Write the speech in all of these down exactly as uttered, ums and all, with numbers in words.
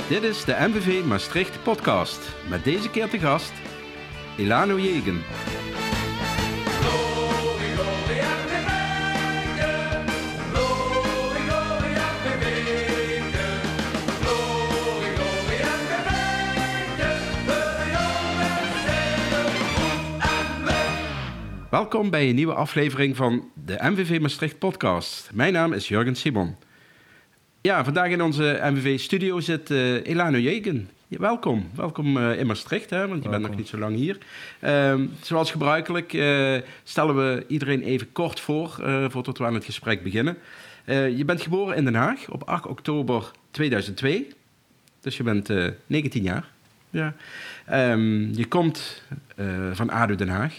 Dit is de M V V Maastricht podcast. Met deze keer te gast Elano Jegen. Welkom bij een nieuwe aflevering van de M V V Maastricht podcast. Mijn naam is Jurgen Simon. Ja, vandaag in onze M V V-studio zit uh, Elano Jegen. Ja, welkom, welkom uh, in Maastricht, hè, want je welkom. bent nog niet zo lang hier. Uh, zoals gebruikelijk uh, stellen we iedereen even kort voor, uh, voordat we aan het gesprek beginnen. Uh, je bent geboren in Den Haag op acht oktober tweeduizend twee, dus je bent uh, negentien jaar. Ja. Um, je komt uh, van A D O Den Haag,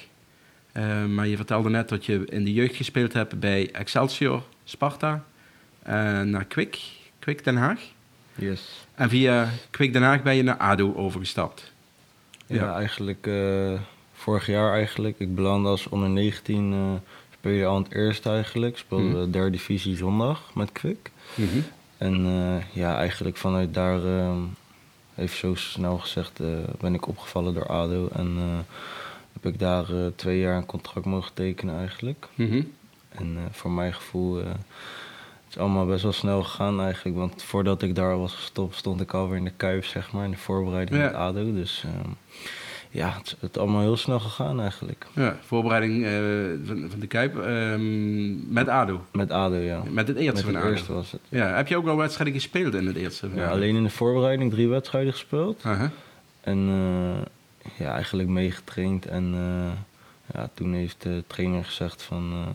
uh, maar je vertelde net dat je in de jeugd gespeeld hebt bij Excelsior, Sparta, uh, naar Kwik, Kwik Den Haag. Yes. En via Kwik Den Haag ben je naar A D O overgestapt. Ja, ja eigenlijk uh, vorig jaar eigenlijk. Ik belandde als onder negentien uh, speelde aan het eerste eigenlijk. Speelde mm-hmm. de derde divisie zondag met Kwik. Mm-hmm. En uh, ja, eigenlijk vanuit daar, uh, even zo snel gezegd, uh, ben ik opgevallen door A D O. En uh, heb ik daar uh, twee jaar een contract mogen tekenen eigenlijk. Mm-hmm. En uh, voor mijn gevoel... Uh, Het is allemaal best wel snel gegaan eigenlijk, want voordat ik daar was gestopt stond ik alweer in de Kuip, zeg maar, in de voorbereiding ja. met A D O. Dus um, ja, het is het allemaal heel snel gegaan eigenlijk. Ja, voorbereiding uh, van, van de Kuip um, met A D O? Met A D O, ja. Met het eerste met van het A D O? Eerste was het. Ja, heb je ook wel wedstrijden gespeeld in het eerste? Ja, alleen in de voorbereiding drie wedstrijden gespeeld. Uh-huh. En uh, ja, eigenlijk meegetraind en uh, ja, toen heeft de trainer gezegd van... Uh,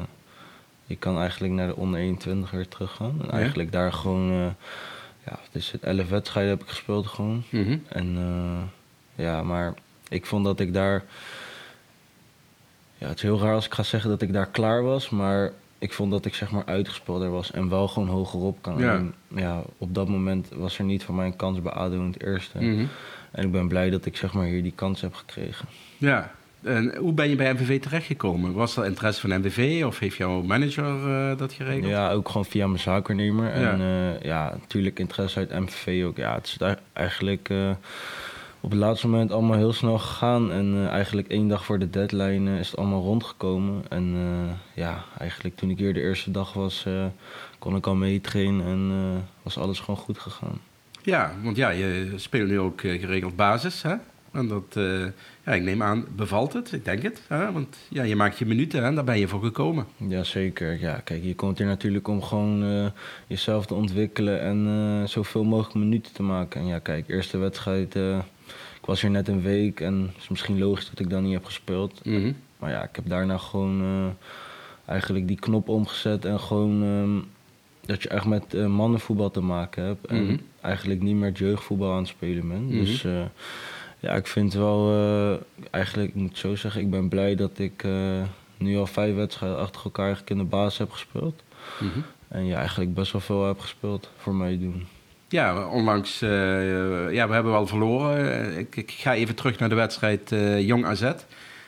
Je kan eigenlijk naar de onder eenentwintig weer teruggaan. En eigenlijk ja? daar gewoon... Uh, ja, dus het elf wedstrijden heb ik gespeeld gewoon. Mm-hmm. En uh, ja, maar ik vond dat ik daar... Ja, het is heel raar als ik ga zeggen dat ik daar klaar was. Maar ik vond dat ik zeg maar uitgespeelder was. En wel gewoon hogerop kan. Ja. En, ja, op dat moment was er niet voor mij een kans bij A D O in het eerste. Mm-hmm. En ik ben blij dat ik zeg maar hier die kans heb gekregen. Ja. En hoe ben je bij M V V terechtgekomen? Was er interesse van M V V of heeft jouw manager uh, dat geregeld? Ja, ook gewoon via mijn zaakwaarnemer. Ja. En uh, ja, natuurlijk interesse uit M V V ook. Ja, het is eigenlijk uh, op het laatste moment allemaal heel snel gegaan. En uh, eigenlijk één dag voor de deadline uh, is het allemaal rondgekomen. En uh, ja, eigenlijk toen ik hier de eerste dag was, uh, kon ik al meetrainen en uh, was alles gewoon goed gegaan. Ja, want ja, je speelt nu ook uh, geregeld basis, hè? En dat, uh, ja, ik neem aan, bevalt het? Ik denk het. Hè? Want ja, je maakt je minuten en daar ben je voor gekomen. Jazeker. Ja, kijk, je komt hier natuurlijk om gewoon uh, jezelf te ontwikkelen en uh, zoveel mogelijk minuten te maken. En ja, kijk, eerste wedstrijd, uh, ik was hier net een week en het is misschien logisch dat ik dan niet heb gespeeld. Mm-hmm. Maar ja, ik heb daarna gewoon uh, eigenlijk die knop omgezet en gewoon um, dat je echt met uh, mannenvoetbal te maken hebt. Mm-hmm. En eigenlijk niet meer jeugdvoetbal aan het spelen bent. Mm-hmm. Dus... Uh, Ja, ik vind wel, uh, eigenlijk, ik moet zo zeggen, ik ben blij dat ik uh, nu al vijf wedstrijden achter elkaar eigenlijk in de basis heb gespeeld. Mm-hmm. En ja, eigenlijk best wel veel heb gespeeld voor mij doen. Ja, onlangs, uh, ja, we hebben wel verloren. Ik, ik ga even terug naar de wedstrijd uh, Jong A Z. Uh,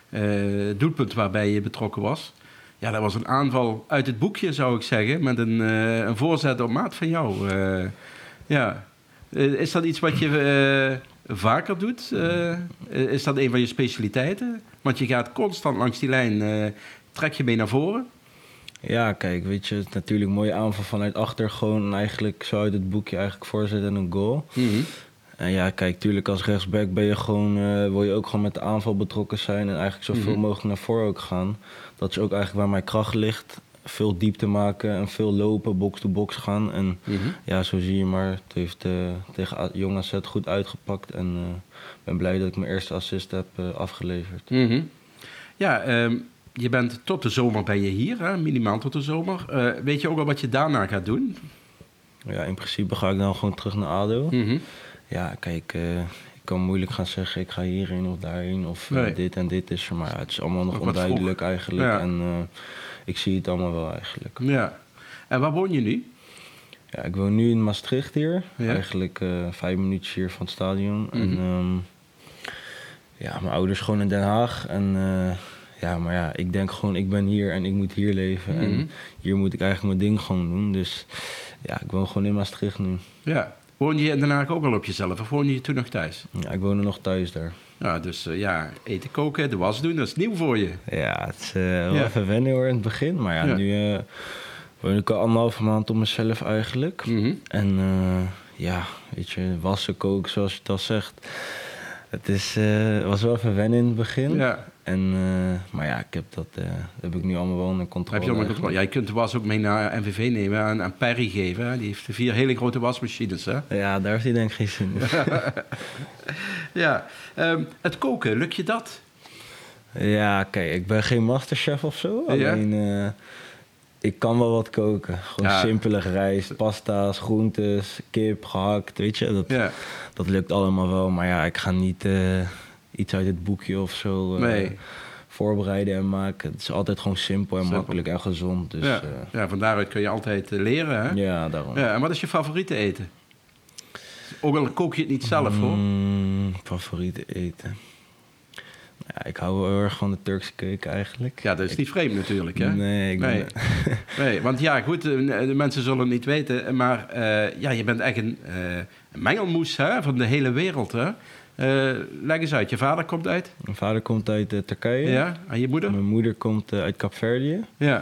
het doelpunt waarbij je betrokken was. Ja, dat was een aanval uit het boekje, zou ik zeggen, met een, uh, een voorzet op maat van jou. Uh, ja, uh, is dat iets wat je... Uh, vaker doet? Uh, is dat een van je specialiteiten? Want je gaat constant langs die lijn, uh, trek je mee naar voren? Ja, kijk, weet je, het is natuurlijk een mooie aanval vanuit achter. Gewoon eigenlijk zo uit het boekje eigenlijk voorzet en een goal. Mm-hmm. En ja, kijk, tuurlijk als rechtsback ben je gewoon, uh, wil je ook gewoon met de aanval betrokken zijn. En eigenlijk zoveel mm-hmm. mogelijk naar voren ook gaan. Dat is ook eigenlijk waar mijn kracht ligt. Veel diepte maken en veel lopen, box-to-box gaan. En mm-hmm. ja, zo zie je maar. Het heeft uh, tegen Jong A Z goed uitgepakt. En ik uh, ben blij dat ik mijn eerste assist heb uh, afgeleverd. Mm-hmm. Ja, um, je bent tot de zomer ben je hier, hè? Minimaal tot de zomer. Uh, weet je ook al wat je daarna gaat doen? Ja, in principe ga ik dan gewoon terug naar A D O. Mm-hmm. Ja, kijk... Uh, Ik kan moeilijk gaan zeggen, ik ga hierheen of daarheen of nee. uh, dit en dit is er. Maar ja, het is allemaal nog ook onduidelijk eigenlijk. Ja. En uh, ik zie het allemaal wel eigenlijk. Ja. En waar woon je nu? Ja, ik woon nu in Maastricht hier. Ja. Eigenlijk uh, vijf minuutjes hier van het stadion. Mm-hmm. En um, ja, mijn ouders gewoon in Den Haag. En uh, ja, maar ja, ik denk gewoon, ik ben hier en ik moet hier leven. Mm-hmm. En hier moet ik eigenlijk mijn ding gewoon doen. Dus ja, ik woon gewoon in Maastricht nu. Ja. Woon je in Den Haag ook al op jezelf of woon je toen nog thuis? Ja, ik woon nog thuis daar. Ja, dus uh, ja, eten, koken, de was doen, dat is nieuw voor je. Ja, het is uh, wel Ja. even wennen hoor in het begin. Maar ja, Ja. nu uh, woon ik al anderhalve maand op mezelf eigenlijk. Mm-hmm. En uh, ja, weet je, wassen, koken, zoals je het al zegt. Het is, uh, was wel even wennen in het begin. Ja. En, uh, maar ja, ik heb dat, uh, dat heb ik nu allemaal wel onder controle. Heb je, onder controle? Ja, je kunt de was ook mee naar M V V nemen en aan Perry geven. Hè? Die heeft vier hele grote wasmachines. Hè? Ja, daar heeft hij denk ik geen zin in. Ja, um, het koken, lukt je dat? Ja, kijk, ik ben geen masterchef of zo. Ja? Alleen, uh, ik kan wel wat koken. Gewoon Ja. simpele rijst, pasta's, groentes, kip, gehakt, weet je. Dat, Ja. dat lukt allemaal wel. Maar ja, ik ga niet uh, iets uit het boekje of zo uh, Nee. voorbereiden en maken. Het is altijd gewoon simpel en Simpel. makkelijk en gezond. Dus, Ja. uh, Ja, van daaruit kun je altijd uh, leren. Hè? ja, daarom. Ja, en wat is je favoriete eten? Ook al kook je het niet zelf, hoor. Mm, favoriete eten? Ja, ik hou wel heel erg van de Turkse keuken eigenlijk. Ja, dat is ik, niet vreemd natuurlijk, hè? Nee, ik nee. ben... nee, want ja, goed, de, de mensen zullen het niet weten, maar uh, ja, je bent echt een, uh, een mengelmoes hè, van de hele wereld, hè? Uh, leg eens uit, je vader komt uit? Mijn vader komt uit uh, Turkije. Ja, en je moeder? Mijn moeder komt uh, uit Kaapverdië. Ja.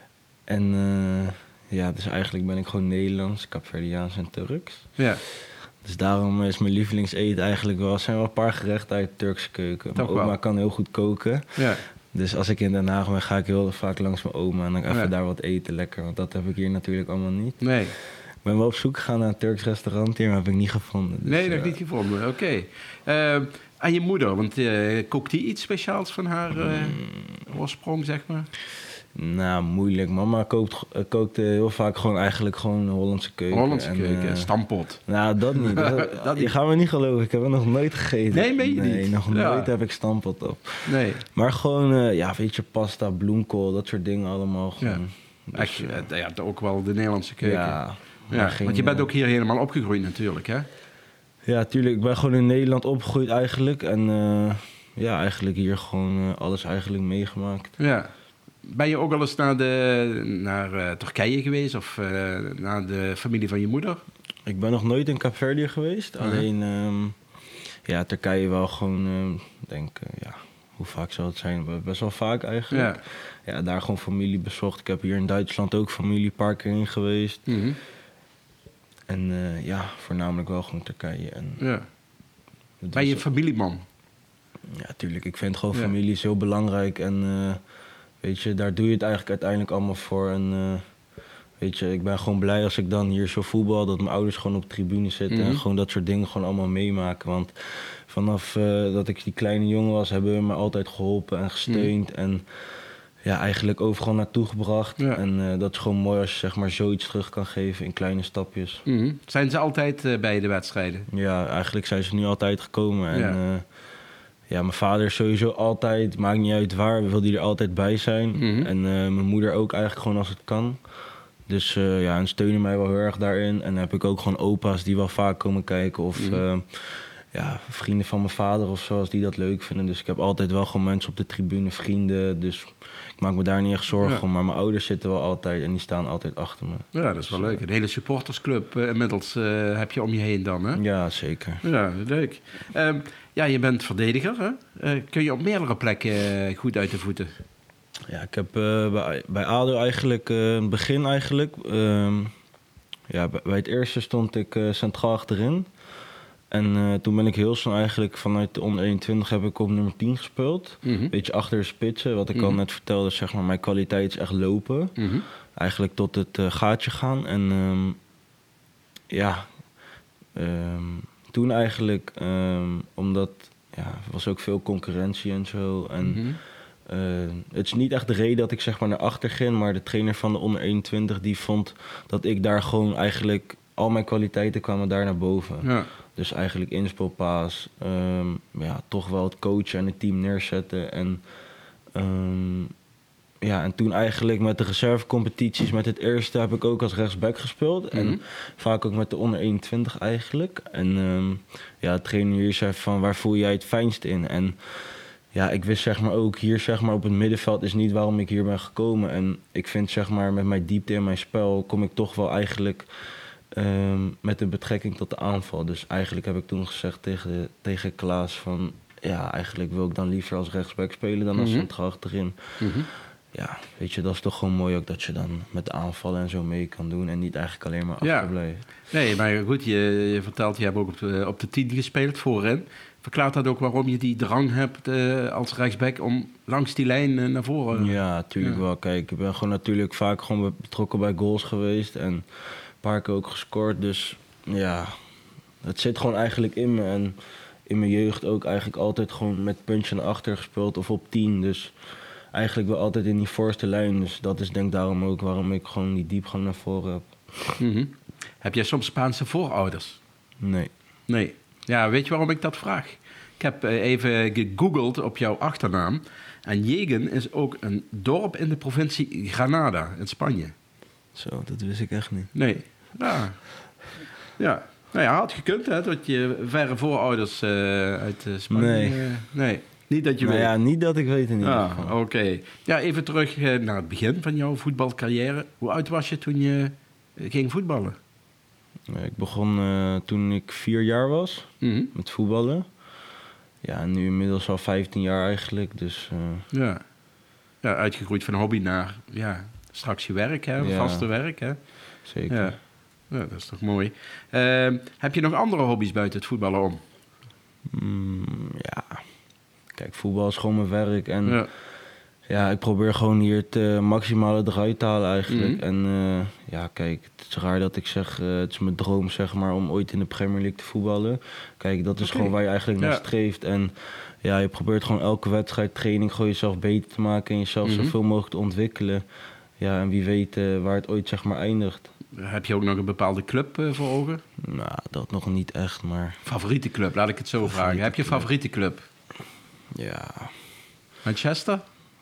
En uh, ja, dus eigenlijk ben ik gewoon Nederlands, Kaapverdiaans en Turks. Ja. Dus daarom is mijn lievelingseten eigenlijk wel... Er zijn wel een paar gerechten uit de Turkse keuken. Toch Mijn oma wel. kan heel goed koken. Ja. Dus als ik in Den Haag ben, ga ik heel vaak langs mijn oma... en dan even Ja. daar wat eten lekker. Want dat heb ik hier natuurlijk allemaal niet. Nee. Ik ben wel op zoek gegaan naar een Turks restaurant hier... maar heb ik niet gevonden. Dus, Nee, nog uh, niet gevonden. Oké. Okay. Uh, en je moeder, want uh, kookt die iets speciaals van haar uh, mm. oorsprong, zeg maar? Nou, moeilijk. Mama kookt, kookt uh, heel vaak gewoon eigenlijk gewoon Hollandse keuken. Hollandse en, keuken, uh, stampot. Nou, dat niet. Dat, dat je niet. gaat me niet geloven. Ik heb het nog nooit gegeten. Nee, meen je nee, niet? nog Ja. nooit heb ik stampot op. Nee. Maar gewoon, uh, ja, weet je, pasta, bloemkool, dat soort dingen allemaal. Gewoon. Ja. Dus, Echt, uh, ja, ook wel de Nederlandse keuken. Ja, ja geen, want je bent ook hier helemaal opgegroeid natuurlijk, hè? Ja, tuurlijk. Ik ben gewoon in Nederland opgegroeid eigenlijk. En uh, ja, eigenlijk hier gewoon uh, alles eigenlijk meegemaakt. Ja. Ben je ook al eens naar, de, naar uh, Turkije geweest of uh, naar de familie van je moeder? Ik ben nog nooit in Kaapverdië geweest. Uh-huh. Alleen, um, ja, Turkije wel gewoon, uh, denk uh, ja, hoe vaak zal het zijn? Best wel vaak eigenlijk. Ja. Ja, daar gewoon familie bezocht. Ik heb hier in Duitsland ook familie een paar keer in geweest. Mm-hmm. En uh, ja, voornamelijk wel gewoon Turkije. En ja. Ben je een familieman? Ja, tuurlijk. Ik vind gewoon ja. familie is heel belangrijk. En uh, weet je, daar doe je het eigenlijk uiteindelijk allemaal voor. En uh, weet je, ik ben gewoon blij als ik dan hier zo voetbal, dat mijn ouders gewoon op de tribune zitten. Mm-hmm. En gewoon dat soort dingen gewoon allemaal meemaken. Want vanaf uh, dat ik die kleine jongen was, hebben we me altijd geholpen en gesteund. Mm-hmm. En ja, eigenlijk overal naartoe gebracht. Ja. En uh, dat is gewoon mooi als je zeg maar zoiets terug kan geven in kleine stapjes. Mm-hmm. Zijn ze altijd uh, bij de wedstrijden? Ja, eigenlijk zijn ze nu altijd gekomen. En, ja. Uh, ja, mijn vader is sowieso altijd, maakt niet uit waar, wil die er altijd bij zijn. Mm-hmm. En uh, mijn moeder ook eigenlijk gewoon als het kan. Dus uh, ja, en steunen mij wel heel erg daarin. En dan heb ik ook gewoon opa's die wel vaak komen kijken. Of mm-hmm. uh, ja, vrienden van mijn vader of zo, als die dat leuk vinden. Dus ik heb altijd wel gewoon mensen op de tribune, vrienden. Dus ik maak me daar niet echt zorgen ja. om. Maar mijn ouders zitten wel altijd en die staan altijd achter me. Ja, dat is wel dus, leuk. Een hele supportersclub uh, inmiddels uh, heb je om je heen dan, hè? Ja, zeker. Ja, leuk. Um, ja, je bent verdediger, hè? Uh, kun je op meerdere plekken uh, goed uit de voeten? Ja, ik heb uh, bij, bij A D O eigenlijk, uh, het begin eigenlijk... Uh, ja, bij, bij het eerste stond ik uh, centraal achterin. En uh, toen ben ik heel snel eigenlijk vanuit de onder eenentwintig heb ik op nummer tien gespeeld. Mm-hmm. Beetje achter de spitsen. Wat ik mm-hmm. al net vertelde, zeg maar, mijn kwaliteit is echt lopen. Mm-hmm. Eigenlijk tot het uh, gaatje gaan. En um, ja, um, toen eigenlijk, um, omdat ja, er was ook veel concurrentie en zo. En mm-hmm. uh, het is niet echt de reden dat ik zeg maar naar achter ging. Maar de trainer van de onder eenentwintig die vond dat ik daar gewoon eigenlijk... Al mijn kwaliteiten kwamen daar naar boven. Ja. Dus eigenlijk inspelpaas, um, ja, toch wel het coachen en het team neerzetten. En, um, ja, en toen eigenlijk met de reservecompetities, met het eerste heb ik ook als rechtsback gespeeld. Mm-hmm. En vaak ook met de onder eenentwintig eigenlijk. En um, ja, de trainer hier zei van, waar voel jij het fijnst in? En ja, ik wist zeg maar ook hier zeg maar op het middenveld is niet waarom ik hier ben gekomen. En ik vind zeg maar met mijn diepte in mijn spel kom ik toch wel eigenlijk... Um, met een betrekking tot de aanval. Dus eigenlijk heb ik toen gezegd tegen, de, tegen Klaas van... ja, eigenlijk wil ik dan liever als rechtsback spelen dan als Mhm. centraal achterin. Mhm. Ja, weet je, dat is toch gewoon mooi ook dat je dan met de aanvallen en zo mee kan doen... en niet eigenlijk alleen maar Ja. achterblijft. Nee, maar goed, je, je vertelt, je hebt ook op de, op de tien gespeeld voorin. Verklaart dat ook waarom je die drang hebt uh, als rechtsback om langs die lijn uh, naar voren? Ja, natuurlijk Ja. wel. Kijk, ik ben gewoon natuurlijk vaak gewoon betrokken bij goals geweest... en een paar keer ook gescoord. Dus ja, het zit gewoon eigenlijk in me. En in mijn jeugd ook eigenlijk altijd gewoon met puntje naar achter gespeeld of op tien. Dus eigenlijk wel altijd in die voorste lijn. Dus dat is denk ik daarom ook waarom ik gewoon die diepgang naar voren heb. Mm-hmm. Heb jij soms Spaanse voorouders? Nee. Nee. Ja, weet je waarom ik dat vraag? Ik heb uh, even gegoogeld op jouw achternaam. En Jaén is ook een dorp in de provincie Granada in Spanje. Zo, dat wist ik echt niet. Nee. Ja. Ja. Nou ja, had gekund hè, dat je verre voorouders uh, uit uh, Spanje... Nee. Uh, nee. Niet dat je nou weet. ja, niet dat ik weet in ieder geval. Ah, oké. Okay. Ja, even terug uh, naar het begin van jouw voetbalcarrière. Hoe oud was je toen je uh, ging voetballen? Ik begon uh, toen ik vier jaar was Mm-hmm. met voetballen. Ja, nu inmiddels al vijftien jaar eigenlijk. Dus, uh... ja. ja, uitgegroeid van hobby naar ja, straks je werk, hè, ja. vaste werk. Hè? Zeker. Ja. Ja, dat is toch mooi. Uh, heb je nog andere hobby's buiten het voetballen om? Mm, ja, kijk, voetbal is gewoon mijn werk. En ja. ja, ik probeer gewoon hier het uh, maximale eruit te halen eigenlijk. Mm-hmm. En uh, ja, kijk, het is raar dat ik zeg, uh, het is mijn droom zeg maar om ooit in de Premier League te voetballen. Kijk, dat is okay. gewoon waar je eigenlijk naar ja. streeft. En ja, je probeert gewoon elke wedstrijd, training, gewoon jezelf beter te maken en jezelf mm-hmm. zoveel mogelijk te ontwikkelen. Ja, en wie weet uh, waar het ooit zeg maar eindigt. Heb je ook nog een bepaalde club uh, voor ogen? Nou, dat nog niet echt, maar... Favoriete club, laat ik het zo favoriete vragen. Heb je een favoriete club? Ja... Manchester?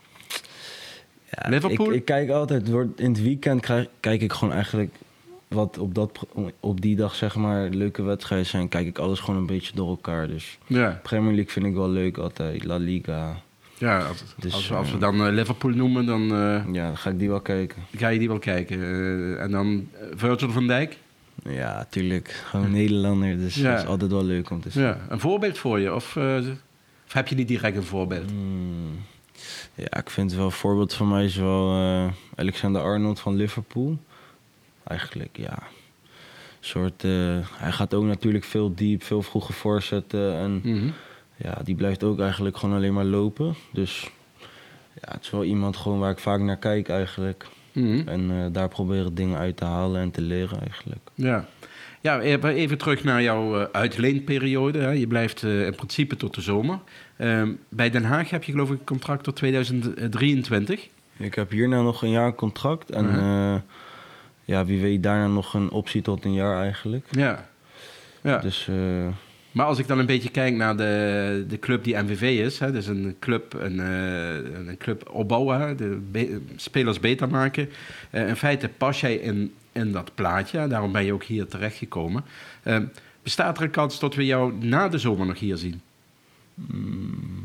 Ja, Liverpool? Ik, ik kijk altijd, in het weekend krijg, kijk ik gewoon eigenlijk wat op, dat, op die dag zeg maar leuke wedstrijden zijn. Kijk ik alles gewoon een beetje door elkaar. Dus ja. Premier League vind ik wel leuk altijd, La Liga. Ja, als, dus, als, als we dan uh, Liverpool noemen, dan... Uh, ja, dan ga ik die wel kijken. Ga je die wel kijken. Uh, en dan uh, Virgil van Dijk? Ja, tuurlijk. Gewoon een Nederlander, dus ja. dat is altijd wel leuk om te zien. Ja. Een voorbeeld voor je? Of, uh, of heb je niet direct een voorbeeld? Hmm. Ja, ik vind wel een voorbeeld van mij is wel uh, Alexander Arnold van Liverpool. Eigenlijk, ja. Soort, uh, hij gaat ook natuurlijk veel diep, veel vroege voorzetten. En mm-hmm. ja, die blijft ook eigenlijk gewoon alleen maar lopen. Dus ja, het is wel iemand gewoon waar ik vaak naar kijk eigenlijk. Mm-hmm. En uh, daar proberen dingen uit te halen en te leren eigenlijk. Ja. Ja, even terug naar jouw uh, uitleenperiode. Hè. Je blijft uh, in principe tot de zomer. Uh, bij Den Haag heb je geloof ik een contract tot tweeduizend drieëntwintig. Ik heb hierna nog een jaar contract. En uh-huh. uh, ja, wie weet daarna nog een optie tot een jaar eigenlijk. Ja. ja. Dus, uh, maar als ik dan een beetje kijk naar de, de club die M V V is. Hè, dus een club, een, uh, een club opbouwen, de be- spelers beter maken. Uh, in feite pas jij in... in dat plaatje. Daarom ben je ook hier terechtgekomen. Uh, bestaat er een kans dat we jou na de zomer nog hier zien? Mm,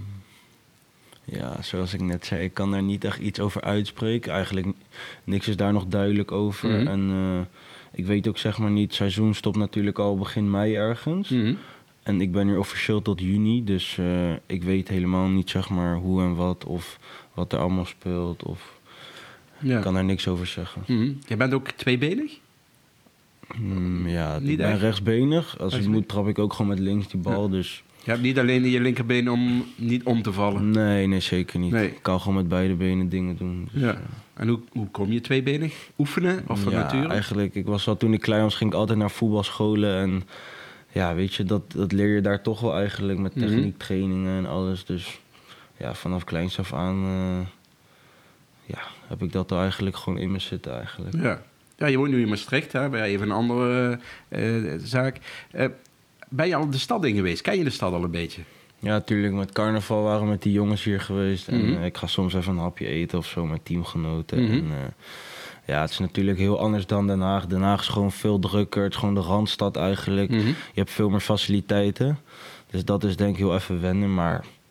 ja, zoals ik net zei, ik kan daar niet echt iets over uitspreken. Eigenlijk niks is daar nog duidelijk over. Mm-hmm. En uh, ik weet ook zeg maar niet, het seizoen stopt natuurlijk al begin mei ergens. Mm-hmm. En ik ben hier officieel tot juni, dus uh, ik weet helemaal niet zeg maar hoe en wat of wat er allemaal speelt of... Ja. Ik kan daar niks over zeggen. Mm-hmm. Jij bent ook tweebenig? Mm, ja, niet ik ben echt? rechtsbenig. Als ik moet, trap ik ook gewoon met links die bal. Ja. Dus... Je hebt niet alleen in je linkerbeen om niet om te vallen? Nee, nee zeker niet. Nee. Ik kan gewoon met beide benen dingen doen. Dus, ja. uh... En hoe, hoe kom je tweebenig? Oefenen of van ja, nature? Eigenlijk, ik was al toen ik klein was, ging ik altijd naar voetbalscholen. En ja, weet je, dat, dat leer je daar toch wel eigenlijk met techniektrainingen mm-hmm. en alles. Dus ja, vanaf kleins af aan... Uh... ja, heb ik dat er eigenlijk gewoon in me zitten eigenlijk. Ja, ja je woont nu in Maastricht, hè? Bij even een andere uh, zaak. Uh, ben je al de stad in geweest? Ken je de stad al een beetje? Ja, natuurlijk. Met carnaval waren we met die jongens hier geweest. Mm-hmm. En uh, ik ga soms even een hapje eten of zo met teamgenoten. Mm-hmm. En, uh, ja, het is natuurlijk heel anders dan Den Haag. Den Haag is gewoon veel drukker. Het is gewoon de randstad eigenlijk. Mm-hmm. Je hebt veel meer faciliteiten. Dus dat is denk ik heel even wennen. Maar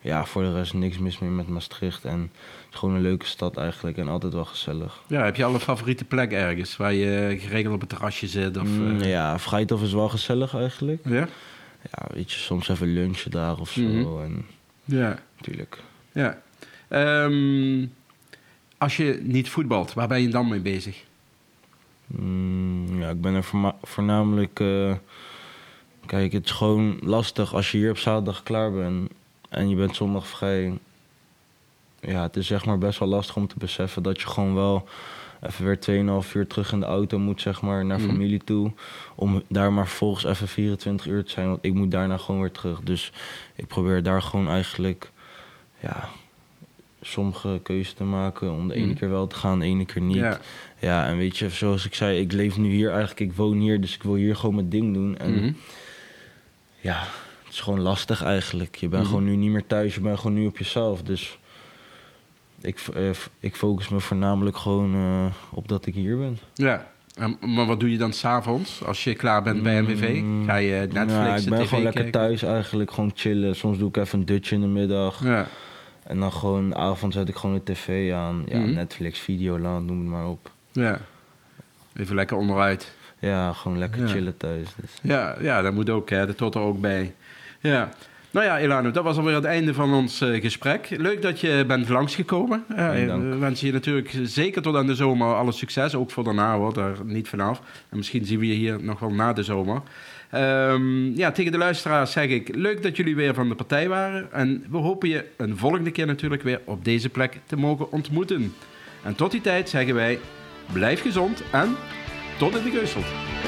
ja, voor de rest niks mis meer met Maastricht. En het is gewoon een leuke stad eigenlijk en altijd wel gezellig. Ja, heb je al een favoriete plek ergens waar je geregeld op het terrasje zit? Of, Mm, uh... Ja, Vrijthof is wel gezellig eigenlijk. Ja? Ja, weet je, soms even lunchen daar of zo. Mm-hmm. En, Ja. natuurlijk. Ja. Um, als je niet voetbalt, waar ben je dan mee bezig? Mm, ja, ik ben er voorma- voornamelijk... Uh, kijk, het is gewoon lastig als je hier op zaterdag klaar bent en je bent zondag vrij. Ja, het is zeg maar best wel lastig om te beseffen dat je gewoon wel even weer twee en een half uur terug in de auto moet, zeg maar, naar Mm-hmm. familie toe. Om daar maar vervolgens even vierentwintig uur te zijn, want ik moet daarna gewoon weer terug. Dus ik probeer daar gewoon eigenlijk, ja, sommige keuzes te maken om de ene Mm. keer wel te gaan, de ene keer niet. Ja. Ja, en weet je, zoals ik zei, ik leef nu hier eigenlijk, ik woon hier, dus ik wil hier gewoon mijn ding doen. En Mm-hmm. ja, het is gewoon lastig eigenlijk. Je bent Mm-hmm. gewoon nu niet meer thuis, je bent gewoon nu op jezelf. Dus ik, uh, ik focus me voornamelijk gewoon uh, op dat ik hier ben. Ja, um, maar wat doe je dan s'avonds als je klaar bent bij M V V? Ga je Netflix, ja, ik ben T V gewoon lekker kijken? thuis eigenlijk, gewoon chillen. Soms doe ik even een dutje in de middag. Ja. En dan gewoon, de avond zet ik gewoon de tv aan. Ja, Mm-hmm. Netflix, Videoland, noem het maar op. Ja. Even lekker onderuit. Ja, gewoon lekker Ja. chillen thuis. Dus. Ja, ja, dat moet ook, hè. Dat hoort er ook bij. Ja. Nou ja, Elano, dat was alweer het einde van ons uh, gesprek. Leuk dat je bent langsgekomen. Uh, we wensen je natuurlijk zeker tot aan de zomer alle succes. Ook voor daarna, hoor, daar niet vanaf. En misschien zien we je hier nog wel na de zomer. Um, ja, tegen de luisteraars zeg ik, leuk dat jullie weer van de partij waren. En we hopen je een volgende keer natuurlijk weer op deze plek te mogen ontmoeten. En tot die tijd zeggen wij, blijf gezond en tot in de Geuselt.